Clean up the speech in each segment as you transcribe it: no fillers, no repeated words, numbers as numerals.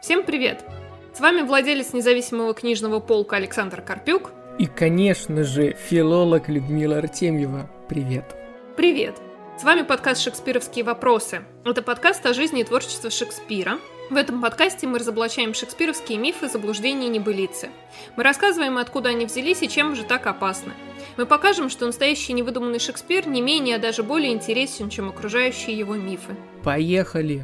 Всем привет! С вами владелец независимого книжного полка Александр Карпюк. И, конечно же, филолог Людмила Артемьева. Привет! Привет! С вами подкаст «Шекспировские вопросы». Это подкаст о жизни и творчестве Шекспира. В этом подкасте мы разоблачаем шекспировские мифы, заблуждения и небылицы. Мы рассказываем, откуда они взялись и чем же так опасны. Мы покажем, что настоящий невыдуманный Шекспир не менее, а даже более интересен, чем окружающие его мифы. Поехали!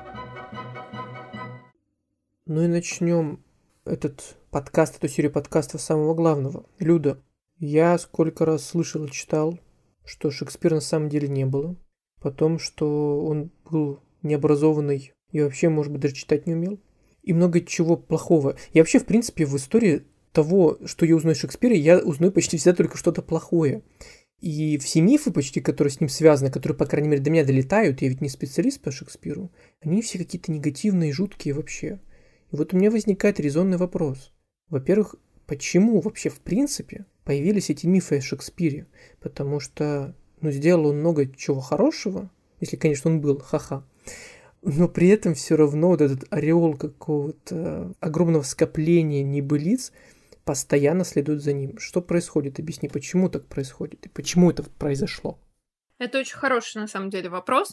Ну и начнем этот подкаст, эту серию подкастов с самого главного. Люда, я сколько раз слышал и читал, что Шекспира на самом деле не было. Потом, что он был необразованный и вообще, может быть, даже читать не умел. И много чего плохого. И вообще, в принципе, в истории того, что я узнаю о Шекспире, я узнаю почти всегда только что-то плохое. И все мифы почти, которые с ним связаны, которые, по крайней мере, до меня долетают, я ведь не специалист по Шекспиру, они все какие-то негативные, жуткие вообще. И вот у меня возникает резонный вопрос. Во-первых, почему вообще в принципе появились эти мифы о Шекспире? Потому что, сделал он много чего хорошего, если, конечно, он был, ха-ха. Но при этом все равно вот этот ореол какого-то огромного скопления небылиц постоянно следует за ним. Что происходит? Объясни, почему так происходит и почему это произошло? Это очень хороший, на самом деле, вопрос.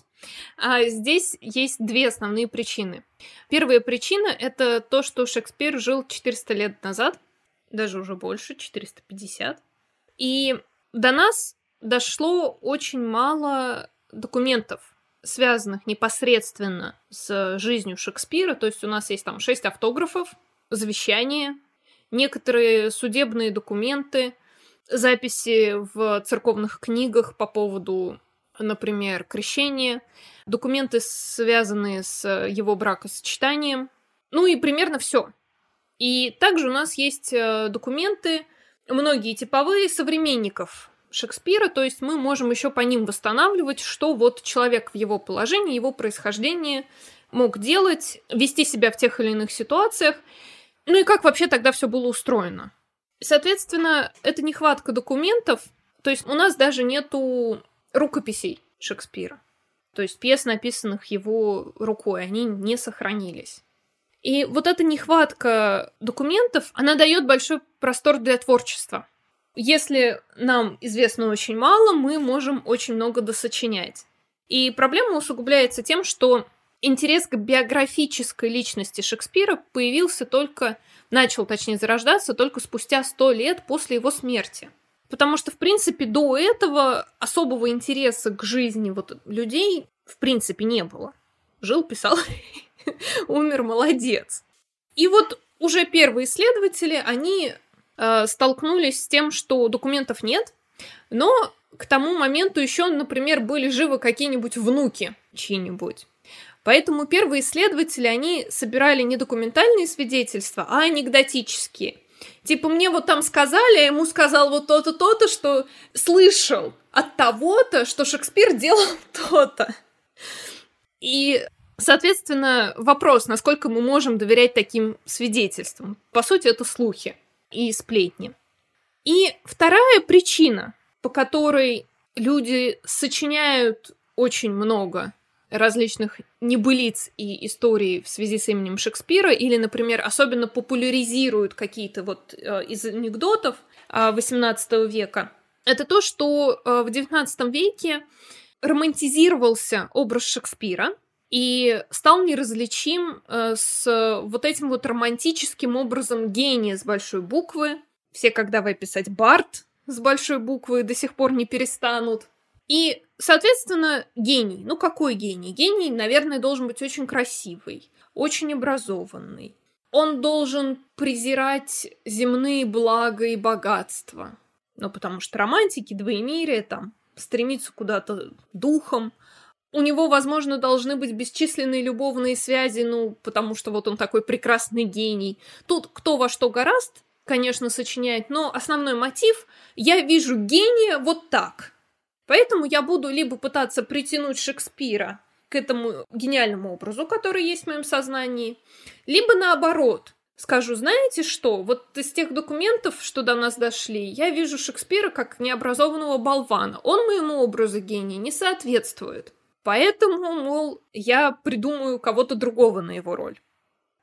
Здесь есть две основные причины. Первая причина – это то, что Шекспир жил 400 лет назад, даже уже больше, 450. И до нас дошло очень мало документов, связанных непосредственно с жизнью Шекспира. То есть у нас есть там 6 автографов, завещания, некоторые судебные документы, записи в церковных книгах по поводу, например, крещения, документы, связанные с его бракосочетанием, и примерно все. И также у нас есть документы, многие типовые, современников Шекспира, то есть мы можем еще по ним восстанавливать, что вот человек в его положении, его происхождении мог делать, вести себя в тех или иных ситуациях, и как вообще тогда все было устроено. Соответственно, это нехватка документов, то есть у нас даже нету рукописей Шекспира, то есть пьес, написанных его рукой, они не сохранились. И вот эта нехватка документов, она дает большой простор для творчества. Если нам известно очень мало, мы можем очень много досочинять. И проблема усугубляется тем, что интерес к биографической личности Шекспира начал зарождаться только спустя 100 лет после его смерти. Потому что, в принципе, до этого особого интереса к жизни людей в принципе не было. Жил, писал, умер, молодец. И уже первые исследователи, они столкнулись с тем, что документов нет, но к тому моменту еще, например, были живы какие-нибудь внуки чьи-нибудь. Поэтому первые исследователи, они собирали не документальные свидетельства, а анекдотические. Типа, мне там сказали, а ему сказал то-то, то-то, что слышал от того-то, что Шекспир делал то-то. И, соответственно, вопрос, насколько мы можем доверять таким свидетельствам. По сути, это слухи и сплетни. И вторая причина, по которой люди сочиняют очень много различных небылиц и историй в связи с именем Шекспира, или, например, особенно популяризируют какие-то из анекдотов XVIII века, это то, что в XIX веке романтизировался образ Шекспира и стал неразличим с этим романтическим образом гения с большой буквы. Все, когда писать Барт с большой буквы, до сих пор не перестанут. И, соответственно, гений. Какой гений? Гений, наверное, должен быть очень красивый, очень образованный. Он должен презирать земные блага и богатства. Потому что романтики, двоемирие, стремиться куда-то духом. У него, возможно, должны быть бесчисленные любовные связи, потому что он такой прекрасный гений. Тут кто во что горазд, конечно, сочиняет, но основной мотив – я вижу гения так. Поэтому я буду либо пытаться притянуть Шекспира к этому гениальному образу, который есть в моем сознании, либо наоборот, скажу, знаете что, из тех документов, что до нас дошли, я вижу Шекспира как необразованного болвана. Он моему образу гения не соответствует. Поэтому, я придумаю кого-то другого на его роль.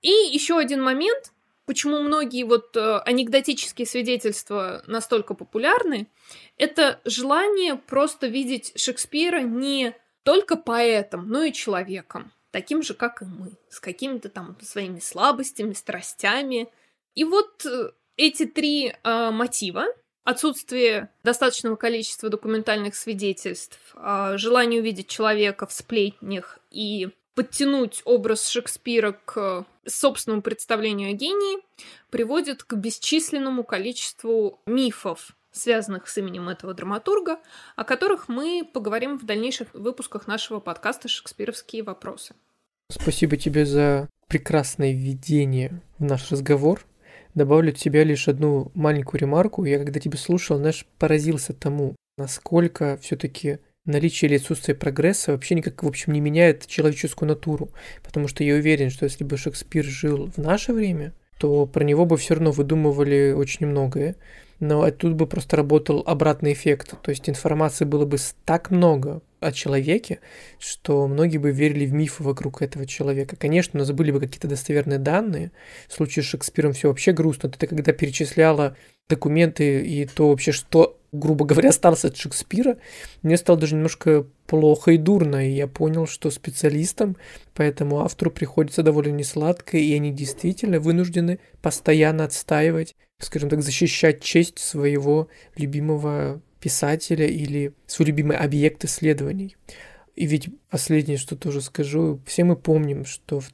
И еще один момент, почему многие анекдотические свидетельства настолько популярны, это желание просто видеть Шекспира не только поэтом, но и человеком, таким же, как и мы, с какими-то там своими слабостями, страстями. И эти три мотива: отсутствие достаточного количества документальных свидетельств, желание увидеть человека в сплетнях и подтянуть образ Шекспира к собственному представлению о гении, приводит к бесчисленному количеству мифов, связанных с именем этого драматурга, о которых мы поговорим в дальнейших выпусках нашего подкаста «Шекспировские вопросы». Спасибо тебе за прекрасное введение в наш разговор. Добавлю от себя лишь одну маленькую ремарку. Я, когда тебя слушал, поразился тому, насколько все-таки наличие или отсутствие прогресса вообще никак, в общем, не меняет человеческую натуру. Потому что я уверен, что если бы Шекспир жил в наше время, то про него бы все равно выдумывали очень многое. Но тут бы просто работал обратный эффект. То есть информации было бы так много о человеке, что многие бы верили в мифы вокруг этого человека. Конечно, у нас были бы какие-то достоверные данные. В случае с Шекспиром все вообще грустно. Ты когда перечисляла документы и то вообще, что, грубо говоря, осталось от Шекспира, мне стало даже немножко плохо и дурно, и я понял, что специалистам, поэтому автору приходится довольно несладко, и они действительно вынуждены постоянно отстаивать, скажем так, защищать честь своего любимого писателя или свой любимый объект исследований. И ведь последнее, что тоже скажу, все мы помним, что в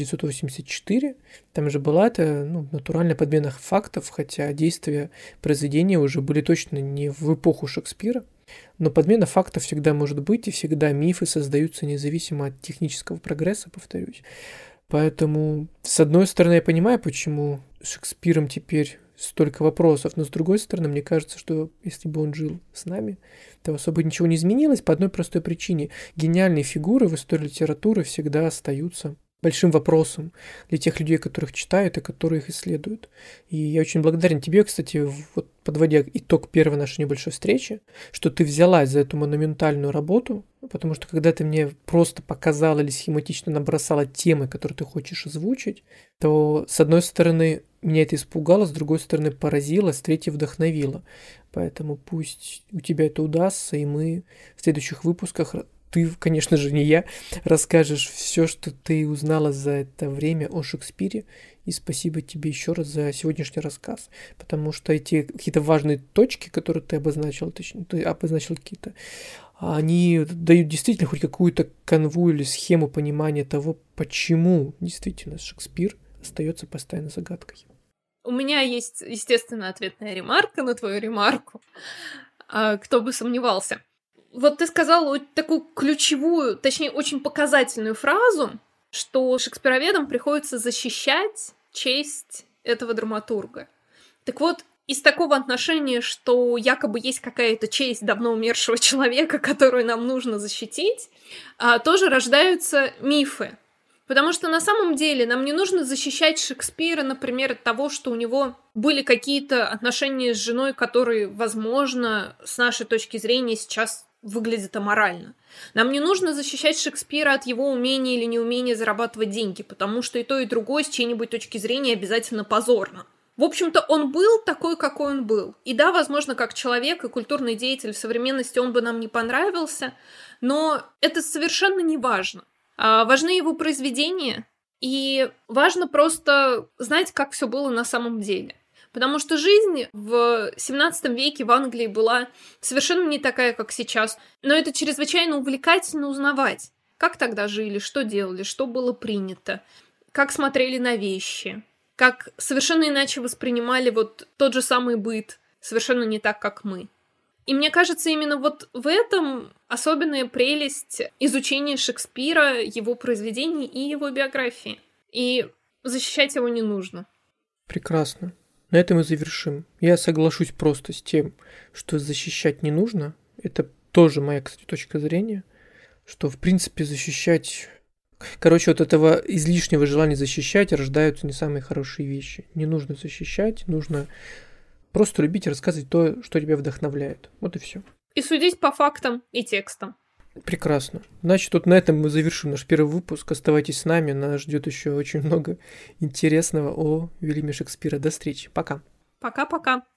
1984 там же была эта натуральная подмена фактов, хотя действия произведения уже были точно не в эпоху Шекспира. Но подмена фактов всегда может быть, и всегда мифы создаются независимо от технического прогресса, повторюсь. Поэтому, с одной стороны, я понимаю, почему с Шекспиром теперь столько вопросов, но с другой стороны, мне кажется, что если бы он жил с нами, то особо ничего не изменилось по одной простой причине. Гениальные фигуры в истории литературы всегда остаются большим вопросом для тех людей, которых читают и которые их исследуют. И я очень благодарен тебе, кстати, подводя итог первой нашей небольшой встречи, что ты взялась за эту монументальную работу, потому что когда ты мне просто показала или схематично набросала темы, которые ты хочешь озвучить, то, с одной стороны, меня это испугало, с другой стороны, поразило, с третьей вдохновило. Поэтому пусть у тебя это удастся, и мы в следующих выпусках, ты, конечно же, не я, расскажешь все, что ты узнала за это время о Шекспире. И спасибо тебе еще раз за сегодняшний рассказ, потому что эти какие-то важные точки, которые ты обозначил, точнее, ты обозначил какие-то, они дают действительно хоть какую-то канву или схему понимания того, почему действительно Шекспир остается постоянно загадкой. У меня есть, естественно, ответная ремарка на твою ремарку. Кто бы сомневался. Ты сказала такую ключевую, точнее, очень показательную фразу, что шекспироведам приходится защищать честь этого драматурга. Так вот, из такого отношения, что якобы есть какая-то честь давно умершего человека, которую нам нужно защитить, тоже рождаются мифы. Потому что на самом деле нам не нужно защищать Шекспира, например, от того, что у него были какие-то отношения с женой, которые, возможно, с нашей точки зрения сейчас выглядят аморально. Нам не нужно защищать Шекспира от его умения или неумения зарабатывать деньги, потому что и то, и другое с чьей-нибудь точки зрения обязательно позорно. В общем-то, он был такой, какой он был. И да, возможно, как человек и культурный деятель в современности он бы нам не понравился, но это совершенно не важно. Важны его произведения, и важно просто знать, как все было на самом деле. Потому что жизнь в 17 веке в Англии была совершенно не такая, как сейчас. Но это чрезвычайно увлекательно узнавать, как тогда жили, что делали, что было принято, как смотрели на вещи, как совершенно иначе воспринимали тот же самый быт, совершенно не так, как мы. И мне кажется, именно в этом особенная прелесть изучения Шекспира, его произведений и его биографии. И защищать его не нужно. Прекрасно. На этом и завершим. Я соглашусь просто с тем, что защищать не нужно. Это тоже моя, кстати, точка зрения, что, в принципе, защищать... Короче, от этого излишнего желания защищать рождаются не самые хорошие вещи. Не нужно защищать, нужно просто любить и рассказывать то, что тебя вдохновляет. Вот и все. И судить по фактам и текстам. Прекрасно. Значит, вот на этом мы завершим наш первый выпуск. Оставайтесь с нами, нас ждет еще очень много интересного о Вильяме Шекспире. До встречи. Пока. Пока-пока.